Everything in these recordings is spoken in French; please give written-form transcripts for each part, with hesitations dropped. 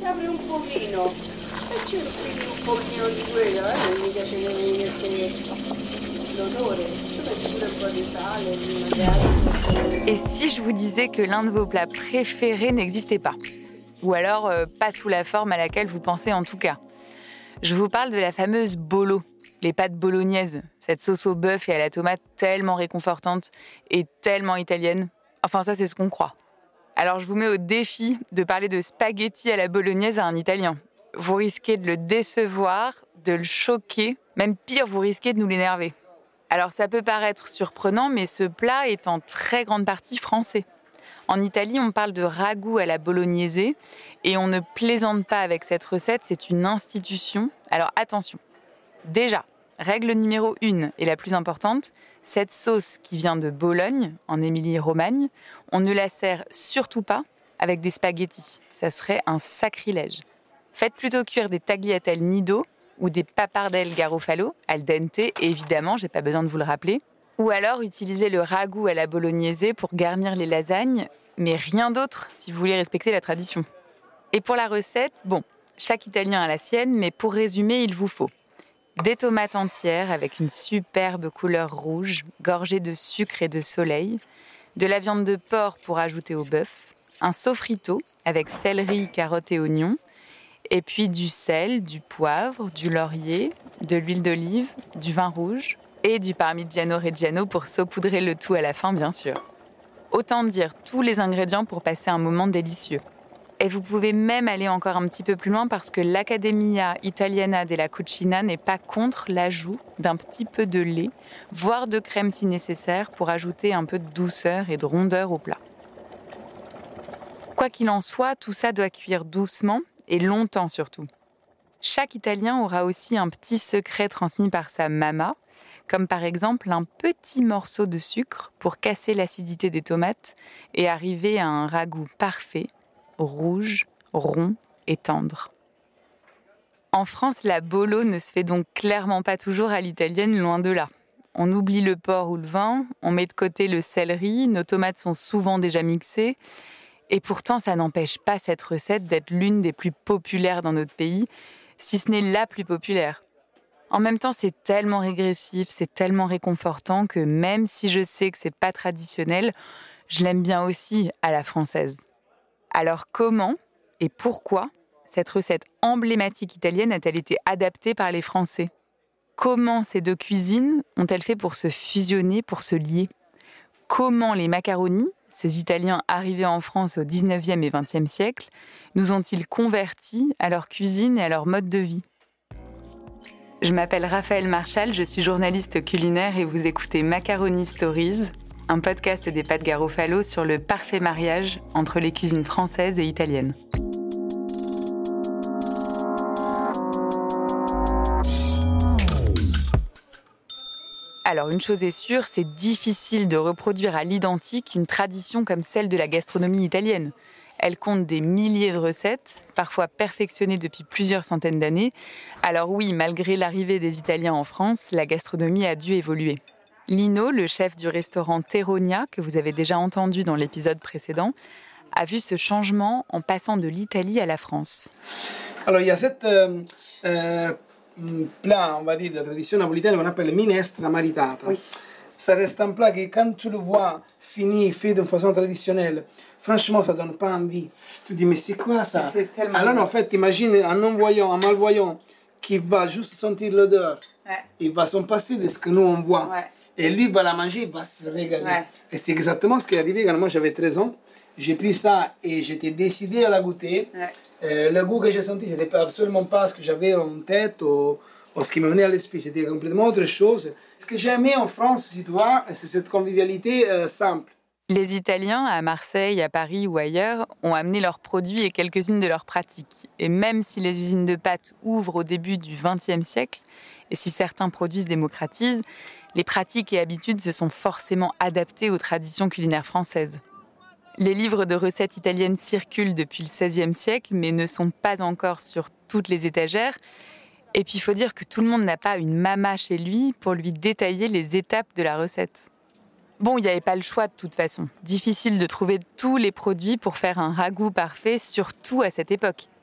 apri un pochino e ci metti un pochino di quello, non mi piace che mi mette l'odore, ci metti pure un po' di sale, magari. Et si je vous disais que l'un de vos plats préférés n'existait pas? Ou alors pas sous la forme à laquelle vous pensez en tout cas. Je vous parle de la fameuse bolo, les pâtes bolognaises, cette sauce au bœuf et à la tomate tellement réconfortante et tellement italienne. Enfin ça c'est ce qu'on croit. Alors je vous mets au défi de parler de spaghetti à la bolognaise à un Italien. Vous risquez de le décevoir, de le choquer, même pire, vous risquez de nous l'énerver. Alors ça peut paraître surprenant, mais ce plat est en très grande partie français. En Italie, on parle de ragoût à la bolognaise et on ne plaisante pas avec cette recette, c'est une institution. Alors attention, déjà, règle numéro 1 et la plus importante, cette sauce qui vient de Bologne, en Émilie-Romagne, on ne la sert surtout pas avec des spaghettis. Ça serait un sacrilège. Faites plutôt cuire des tagliatelles nido ou des pappardelles garofalo, al dente, évidemment, j'ai pas besoin de vous le rappeler. Ou alors utilisez le ragoût à la bolognaise pour garnir les lasagnes, mais rien d'autre si vous voulez respecter la tradition. Et pour la recette, bon, chaque Italien a la sienne, mais pour résumer, il vous faut des tomates entières avec une superbe couleur rouge, gorgées de sucre et de soleil, de la viande de porc pour ajouter au bœuf, un sofrito avec céleri, carottes et oignons, et puis du sel, du poivre, du laurier, de l'huile d'olive, du vin rouge et du Parmigiano Reggiano pour saupoudrer le tout à la fin, bien sûr. Autant dire tous les ingrédients pour passer un moment délicieux. Et vous pouvez même aller encore un petit peu plus loin parce que l'Accademia Italiana della Cucina n'est pas contre l'ajout d'un petit peu de lait, voire de crème si nécessaire, pour ajouter un peu de douceur et de rondeur au plat. Quoi qu'il en soit, tout ça doit cuire doucement et longtemps surtout. Chaque Italien aura aussi un petit secret transmis par sa mama, comme par exemple un petit morceau de sucre pour casser l'acidité des tomates et arriver à un ragoût parfait, rouge, rond et tendre. En France, la bolo ne se fait donc clairement pas toujours à l'italienne, loin de là. On oublie le porc ou le vin, on met de côté le céleri, nos tomates sont souvent déjà mixées, et pourtant ça n'empêche pas cette recette d'être l'une des plus populaires dans notre pays, si ce n'est la plus populaire. En même temps, c'est tellement régressif, c'est tellement réconfortant que même si je sais que c'est pas traditionnel, je l'aime bien aussi à la française. Alors comment et pourquoi cette recette emblématique italienne a-t-elle été adaptée par les Français? Comment ces deux cuisines ont-elles fait pour se fusionner, pour se lier? Comment les macaronis, ces Italiens arrivés en France au 19e et 20e siècle, nous ont-ils convertis à leur cuisine et à leur mode de vie? Je m'appelle Raphaël Marchal, je suis journaliste culinaire et vous écoutez Macaroni Stories, un podcast des pâtes Garofalo sur le parfait mariage entre les cuisines françaises et italiennes. Alors une chose est sûre, c'est difficile de reproduire à l'identique une tradition comme celle de la gastronomie italienne. Elle compte des milliers de recettes, parfois perfectionnées depuis plusieurs centaines d'années. Alors oui, malgré l'arrivée des Italiens en France, la gastronomie a dû évoluer. Lino, le chef du restaurant Terronia, que vous avez déjà entendu dans l'épisode précédent, a vu ce changement en passant de l'Italie à la France. Alors, il y a cette plat, on va dire, de la tradition napolitaine qu'on appelle minestra maritata. Oui. Ça reste un plat que quand tu le vois fini, fait d'une façon traditionnelle, franchement, ça donne pas envie. Tu dis, mais c'est quoi ça? C'est tellement Alors, bon. en fait, imagine un non-voyant, un malvoyant qui va juste sentir l'odeur. Ouais. Il va s'en passer de ce que nous, on voit. Ouais. Et lui va la manger, il va se régaler. Ouais. Et c'est exactement ce qui est arrivé quand moi j'avais 13 ans. J'ai pris ça et j'étais décidé à la goûter. Ouais. Le goût que j'ai senti, c'était absolument pas ce que j'avais en tête ou ce qui me venait à l'esprit. C'était complètement autre chose. Ce que j'ai aimé en France, si tu vois, c'est cette convivialité simple. Les Italiens, à Marseille, à Paris ou ailleurs, ont amené leurs produits et quelques-unes de leurs pratiques. Et même si les usines de pâtes ouvrent au début du XXe siècle, et si certains produits se démocratisent, les pratiques et habitudes se sont forcément adaptées aux traditions culinaires françaises. Les livres de recettes italiennes circulent depuis le XVIe siècle, mais ne sont pas encore sur toutes les étagères. Et puis il faut dire que tout le monde n'a pas une mama chez lui pour lui détailler les étapes de la recette. Bon, il n'y avait pas le choix de toute façon. Difficile de trouver tous les produits pour faire un ragoût parfait, surtout à cette époque.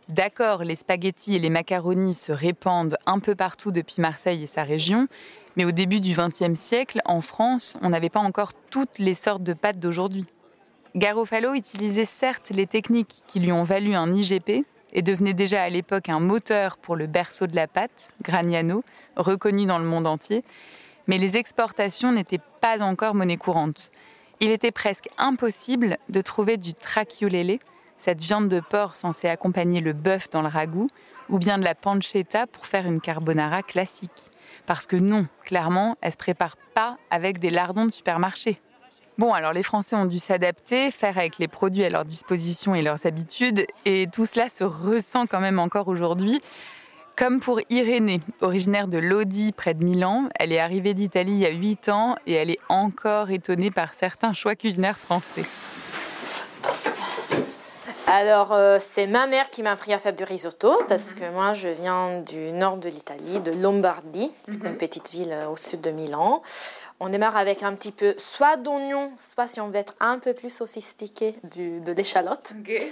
D'accord, les spaghettis et les macaronis se répandent un peu partout depuis Marseille et sa région, mais au début du XXe siècle, en France, on n'avait pas encore toutes les sortes de pâtes d'aujourd'hui. Garofalo utilisait certes les techniques qui lui ont valu un IGP et devenait déjà à l'époque un moteur pour le berceau de la pâte, Gragnano, reconnu dans le monde entier, mais les exportations n'étaient pas encore monnaie courante. Il était presque impossible de trouver du trachiolele, cette viande de porc censée accompagner le bœuf dans le ragoût, ou bien de la pancetta pour faire une carbonara classique. Parce que non, clairement, elle ne se prépare pas avec des lardons de supermarché. Bon, alors les Français ont dû s'adapter, faire avec les produits à leur disposition et leurs habitudes, et tout cela se ressent quand même encore aujourd'hui. Comme pour Irénée, originaire de Lodi, près de Milan, elle est arrivée d'Italie il y a 8 ans et elle est encore étonnée par certains choix culinaires français. Alors, c'est ma mère qui m'a appris à faire du risotto, parce que moi, je viens du nord de l'Italie, de Lombardie, une petite ville au sud de Milan. On démarre avec un petit peu soit d'oignon, soit, si on veut être un peu plus sophistiqué, de l'échalote. Okay.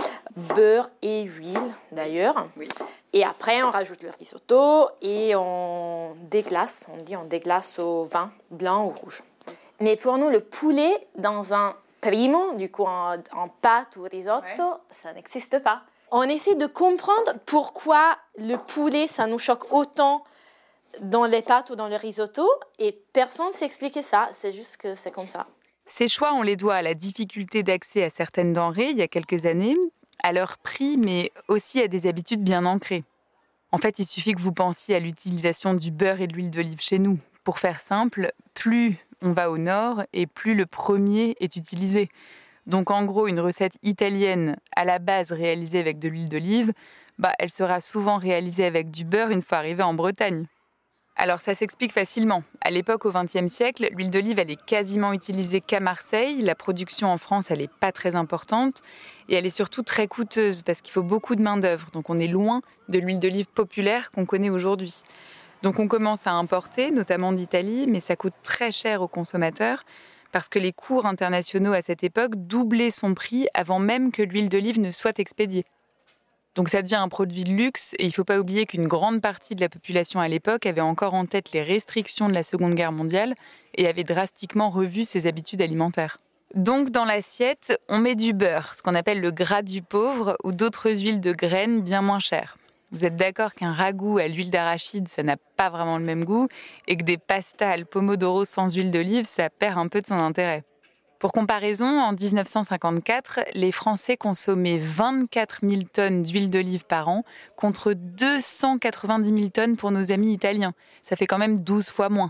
Beurre et huile, d'ailleurs. Oui. Et après, on rajoute le risotto et on déglace. On déglace au vin blanc ou rouge. Mais pour nous, le poulet dans un primo, du coup en pâte ou risotto, ça n'existe pas. On essaie de comprendre pourquoi le poulet, ça nous choque autant dans les pâtes ou dans le risotto, et personne ne s'est expliqué ça, c'est juste que c'est comme ça. Ces choix, on les doit à la difficulté d'accès à certaines denrées il y a quelques années, à leur prix, mais aussi à des habitudes bien ancrées. En fait, il suffit que vous pensiez à l'utilisation du beurre et de l'huile d'olive chez nous. Pour faire simple, plus on va au nord et plus le premier est utilisé. Donc en gros, une recette italienne à la base réalisée avec de l'huile d'olive, elle sera souvent réalisée avec du beurre une fois arrivée en Bretagne. Alors ça s'explique facilement. À l'époque, au XXe siècle, l'huile d'olive, elle est quasiment utilisée qu'à Marseille. La production en France, elle n'est pas très importante. Et elle est surtout très coûteuse parce qu'il faut beaucoup de main-d'œuvre. Donc on est loin de l'huile d'olive populaire qu'on connaît aujourd'hui. Donc on commence à importer, notamment d'Italie, mais ça coûte très cher aux consommateurs parce que les cours internationaux à cette époque doublaient son prix avant même que l'huile d'olive ne soit expédiée. Donc ça devient un produit de luxe et il ne faut pas oublier qu'une grande partie de la population à l'époque avait encore en tête les restrictions de la Seconde Guerre mondiale et avait drastiquement revu ses habitudes alimentaires. Donc dans l'assiette, on met du beurre, ce qu'on appelle le gras du pauvre, ou d'autres huiles de graines bien moins chères. Vous êtes d'accord qu'un ragoût à l'huile d'arachide, ça n'a pas vraiment le même goût, et que des pastas al pomodoro sans huile d'olive, ça perd un peu de son intérêt. Pour comparaison, en 1954, les Français consommaient 24 000 tonnes d'huile d'olive par an, contre 290 000 tonnes pour nos amis italiens. Ça fait quand même 12 fois moins.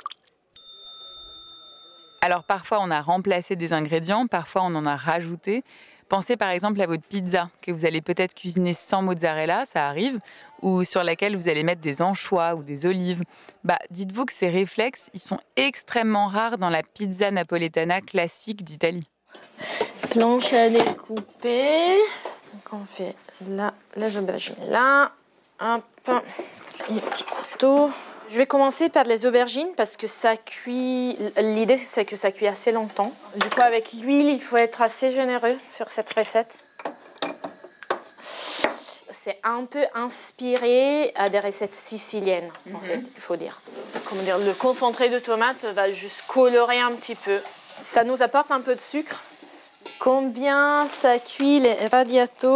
Alors parfois, on a remplacé des ingrédients, parfois on en a rajouté. Pensez par exemple à votre pizza, que vous allez peut-être cuisiner sans mozzarella, ça arrive, ou sur laquelle vous allez mettre des anchois ou des olives. Dites-vous que ces réflexes, ils sont extrêmement rares dans la pizza napoletana classique d'Italie. Planche à découper. Donc on fait là, les aubergines là. Hop, et petit couteau. Je vais commencer par les aubergines parce que ça cuit. L'idée, c'est que ça cuit assez longtemps. Du coup, avec l'huile, il faut être assez généreux sur cette recette. C'est un peu inspiré à des recettes siciliennes, en fait, il faut dire. Le concentré de tomate va juste colorer un petit peu. Ça nous apporte un peu de sucre. Combien ça cuit les radiatori ?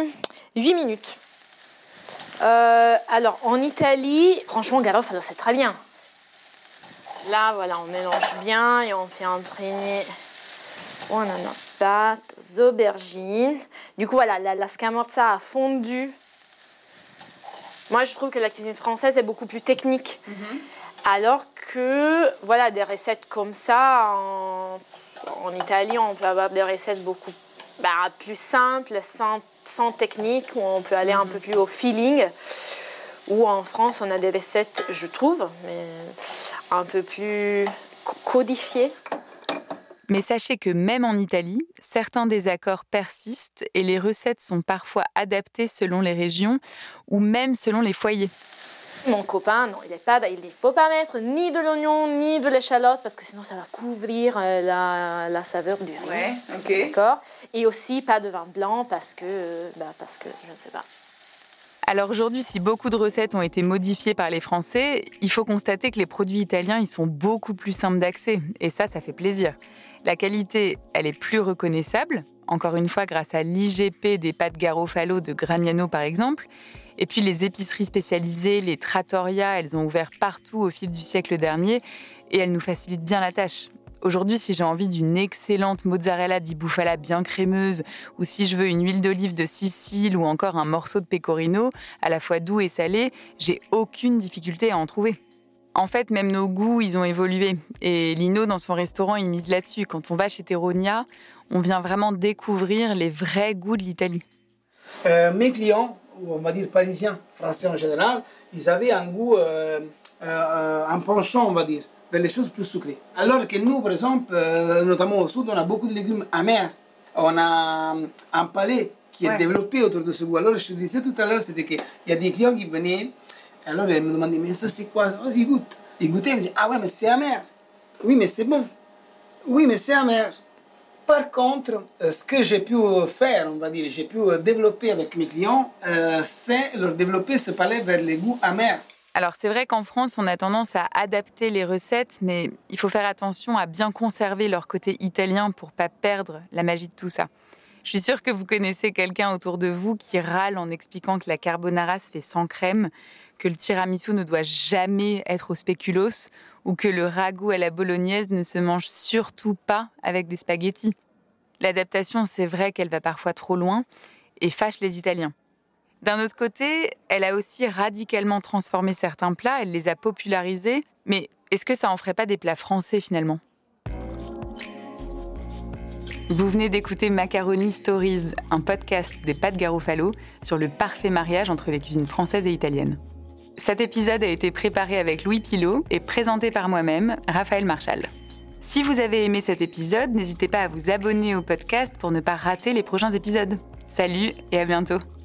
8 minutes. Alors, en Italie, franchement, Garofalo, c'est très bien. Là, voilà, on mélange bien et on fait imprégner. On a notre pâte, aubergines. Du coup, voilà, la scamorza a fondu. Moi, je trouve que la cuisine française est beaucoup plus technique. Alors que, voilà, des recettes comme ça, en Italie, on peut avoir des recettes beaucoup plus simples, sans technique, où on peut aller un peu plus au feeling. Ou en France, on a des recettes, je trouve, mais un peu plus codifiées. Mais sachez que même en Italie, certains désaccords persistent et les recettes sont parfois adaptées selon les régions ou même selon les foyers. Mon copain, non, il ne faut pas mettre ni de l'oignon ni de l'échalote parce que sinon ça va couvrir la saveur du riz. Ouais, ok. D'accord. Et aussi pas de vin blanc parce que je ne sais pas. Alors aujourd'hui, si beaucoup de recettes ont été modifiées par les Français, il faut constater que les produits italiens, ils sont beaucoup plus simples d'accès. Et ça fait plaisir. La qualité, elle est plus reconnaissable, encore une fois grâce à l'IGP des pâtes Garofalo de Gragnano par exemple. Et puis les épiceries spécialisées, les trattoria, elles ont ouvert partout au fil du siècle dernier et elles nous facilitent bien la tâche. Aujourd'hui, si j'ai envie d'une excellente mozzarella di bufala bien crémeuse ou si je veux une huile d'olive de Sicile ou encore un morceau de pecorino, à la fois doux et salé, j'ai aucune difficulté à en trouver. En fait, même nos goûts, ils ont évolué. Et Lino, dans son restaurant, il mise là-dessus. Quand on va chez Terronia, on vient vraiment découvrir les vrais goûts de l'Italie. Mes clients, on va dire parisiens, français en général, ils avaient un goût, un penchant, on va dire, vers les choses plus sucrées. Alors que nous, par exemple, notamment au sud, on a beaucoup de légumes amers. On a un palais qui est développé autour de ce goût. Alors, je te disais tout à l'heure, c'était qu'il y a des clients qui venaient, alors ils me demandaient, mais ça c'est quoi? Vas-y, goûte. Ils goûtaient, ils me disaient, ah ouais, mais c'est amer. Oui, mais c'est bon. Oui, mais c'est amer. Par contre, ce que j'ai pu faire, on va dire, j'ai pu développer avec mes clients, c'est leur développer ce palais vers les goûts amers. Alors c'est vrai qu'en France, on a tendance à adapter les recettes, mais il faut faire attention à bien conserver leur côté italien pour pas perdre la magie de tout ça. Je suis sûre que vous connaissez quelqu'un autour de vous qui râle en expliquant que la carbonara se fait sans crème, que le tiramisu ne doit jamais être au spéculoos ou que le ragoût à la bolognaise ne se mange surtout pas avec des spaghettis. L'adaptation, c'est vrai qu'elle va parfois trop loin et fâche les Italiens. D'un autre côté, elle a aussi radicalement transformé certains plats, elle les a popularisés, mais est-ce que ça en ferait pas des plats français finalement ? Vous venez d'écouter Macaroni Stories, un podcast des pâtes Garofalo sur le parfait mariage entre les cuisines françaises et italiennes. Cet épisode a été préparé avec Louis Pilot et présenté par moi-même, Raphaël Marchal. Si vous avez aimé cet épisode, n'hésitez pas à vous abonner au podcast pour ne pas rater les prochains épisodes. Salut et à bientôt.